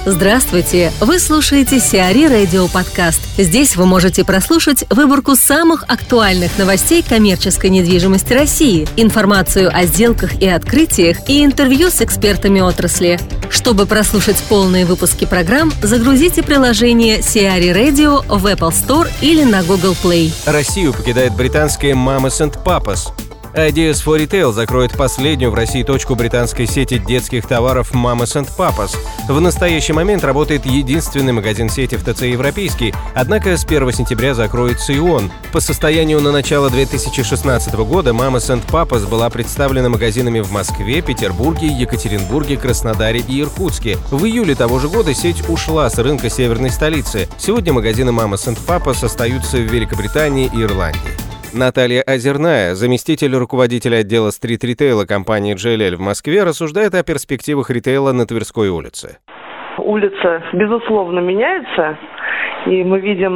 Здравствуйте! Вы слушаете CRE Radio подкаст. Здесь вы можете прослушать выборку самых актуальных новостей коммерческой недвижимости России, информацию о сделках и открытиях и интервью с экспертами отрасли. Чтобы прослушать полные выпуски программ, загрузите приложение CRE Radio в Apple Store или на Google Play. Россию покидает британская Mamas & Papas. Ideas for Retail закроет последнюю в России точку британской сети детских товаров Mamas & Papas. В настоящий момент работает единственный магазин сети в ТЦ «Европейский», однако с 1 сентября закроется и он. По состоянию на начало 2016 года Mamas & Papas была представлена магазинами в Москве, Петербурге, Екатеринбурге, Краснодаре и Иркутске. В июле того же года сеть ушла с рынка северной столицы. Сегодня магазины Mamas & Papas остаются в Великобритании и Ирландии. Наталья Озерная, заместитель руководителя отдела стрит-ритейла компании JLL в Москве, рассуждает о перспективах ритейла на Тверской улице. Улица, безусловно, меняется, и мы видим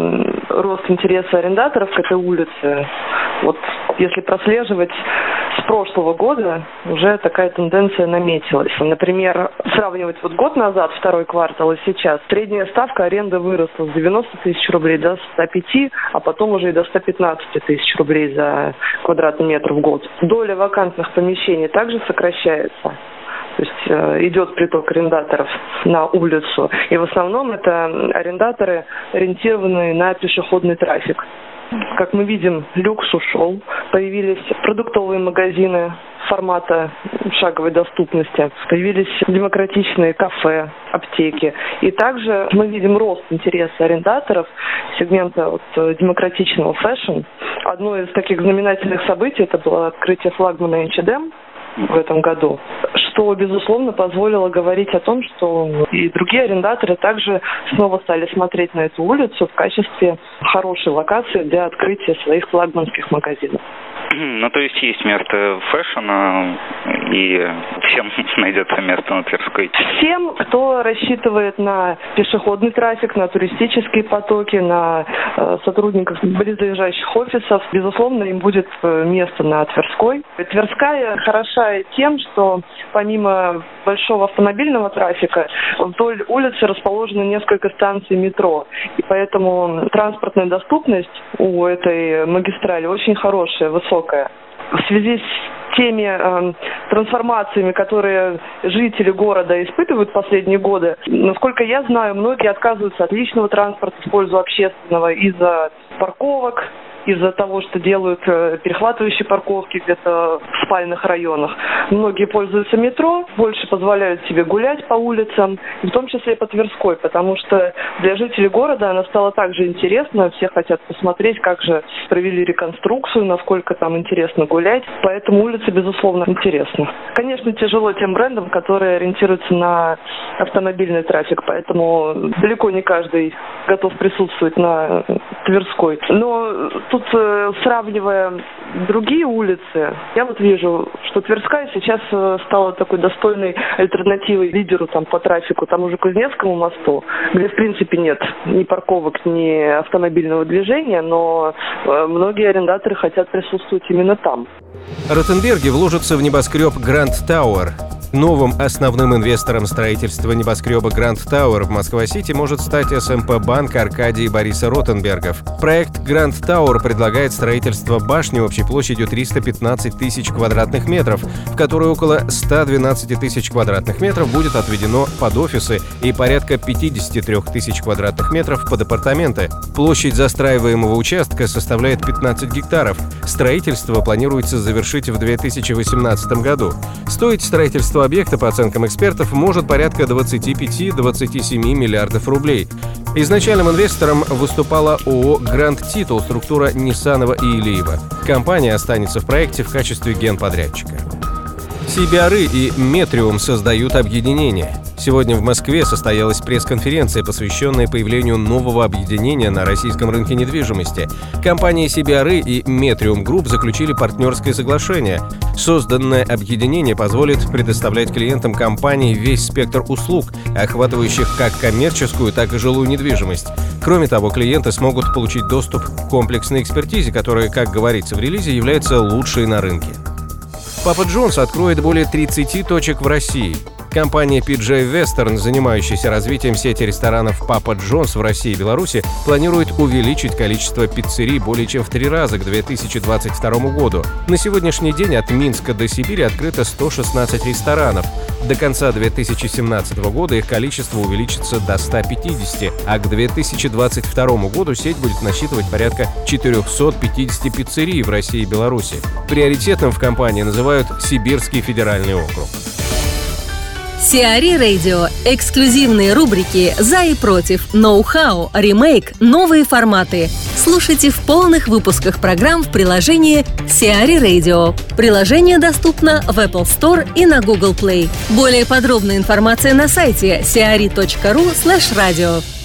рост интереса арендаторов к этой улице. Вот если прослеживать с прошлого года, уже такая тенденция наметилась. Например, сравнивать год назад, второй квартал, и сейчас, средняя ставка аренды выросла с 90 тысяч рублей до 105, а потом уже и до 115 тысяч рублей за квадратный метр в год. Доля вакантных помещений также сокращается. То есть идет приток арендаторов на улицу. И в основном это арендаторы, ориентированные на пешеходный трафик. Как мы видим, люкс ушел. Появились продуктовые магазины формата шаговой доступности. Появились демократичные кафе, аптеки. И также мы видим рост интереса арендаторов сегмента демократичного фэшн. Одно из таких знаменательных событий это было открытие флагмана H&M в этом году, что, безусловно, позволило говорить о том, что и другие арендаторы также снова стали смотреть на эту улицу в качестве хорошей локации для открытия своих флагманских магазинов. Ну, то есть место фэшна, и всем найдется место на Тверской. Всем, кто рассчитывает на пешеходный трафик, на туристические потоки, на сотрудников близлежащих офисов, безусловно, им будет место на Тверской. Тверская хороша тем, что помимо большого автомобильного трафика, вдоль улицы расположено несколько станций метро. И поэтому транспортная доступность у этой магистрали очень хорошая, высокая. В связи с теми трансформациями, которые жители города испытывают в последние годы, насколько я знаю, многие отказываются от личного транспорта в пользу общественного из-за парковок, из-за того, что делают перехватывающие парковки где-то в спальных районах. Многие пользуются метро, больше позволяют себе гулять по улицам, в том числе и по Тверской, потому что для жителей города она стала также интересна. Все хотят посмотреть, как же провели реконструкцию, насколько там интересно гулять. Поэтому улица, безусловно, интересна. Конечно, тяжело тем брендам, которые ориентируются на автомобильный трафик, поэтому далеко не каждый готов присутствовать на Тверской. Но тут, сравнивая другие улицы, я вижу, что Тверская сейчас стала такой достойной альтернативой лидеру по трафику, тому же Кузнецкому мосту, где в принципе нет ни парковок, ни автомобильного движения, но многие арендаторы хотят присутствовать именно там. Ротенберги вложатся в небоскреб Grand Tower. Новым основным инвестором строительства небоскреба Grand Tower в Москва-Сити может стать СМП-банк Аркадий и Бориса Ротенбергов. Проект Grand Tower предлагает строительство башни общей площадью 315 тысяч квадратных метров, в которой около 112 тысяч квадратных метров будет отведено под офисы и порядка 53 тысяч квадратных метров под апартаменты. Площадь застраиваемого участка составляет 15 гектаров. Строительство планируется завершить в 2018 году. Стоить строительство объекта, по оценкам экспертов, может порядка 25-27 миллиардов рублей. Изначальным инвестором выступала ООО «Гранд Титул», структура Нисанова и Илиева. Компания останется в проекте в качестве генподрядчика. CBRE и Метриум создают объединение. Сегодня в Москве состоялась пресс-конференция, посвященная появлению нового объединения на российском рынке недвижимости. Компании CBRE и Metrium Group заключили партнерское соглашение. Созданное объединение позволит предоставлять клиентам компании весь спектр услуг, охватывающих как коммерческую, так и жилую недвижимость. Кроме того, клиенты смогут получить доступ к комплексной экспертизе, которая, как говорится в релизе, является лучшей на рынке. Папа Джонс откроет более 30 точек в России. Компания PJ Western, занимающаяся развитием сети ресторанов Papa John's в России и Беларуси, планирует увеличить количество пиццерий более чем в 3 раза к 2022 году. На сегодняшний день от Минска до Сибири открыто 116 ресторанов. До конца 2017 года их количество увеличится до 150, а к 2022 году сеть будет насчитывать порядка 450 пиццерий в России и Беларуси. Приоритетным в компании называют Сибирский федеральный округ. Сиари Радио. Эксклюзивные рубрики «За и против», «Ноу-хау», «Ремейк», «Новые форматы». Слушайте в полных выпусках программ в приложении Сиари Radio. Приложение доступно в Apple Store и на Google Play. Более подробная информация на сайте siari.ru/radio.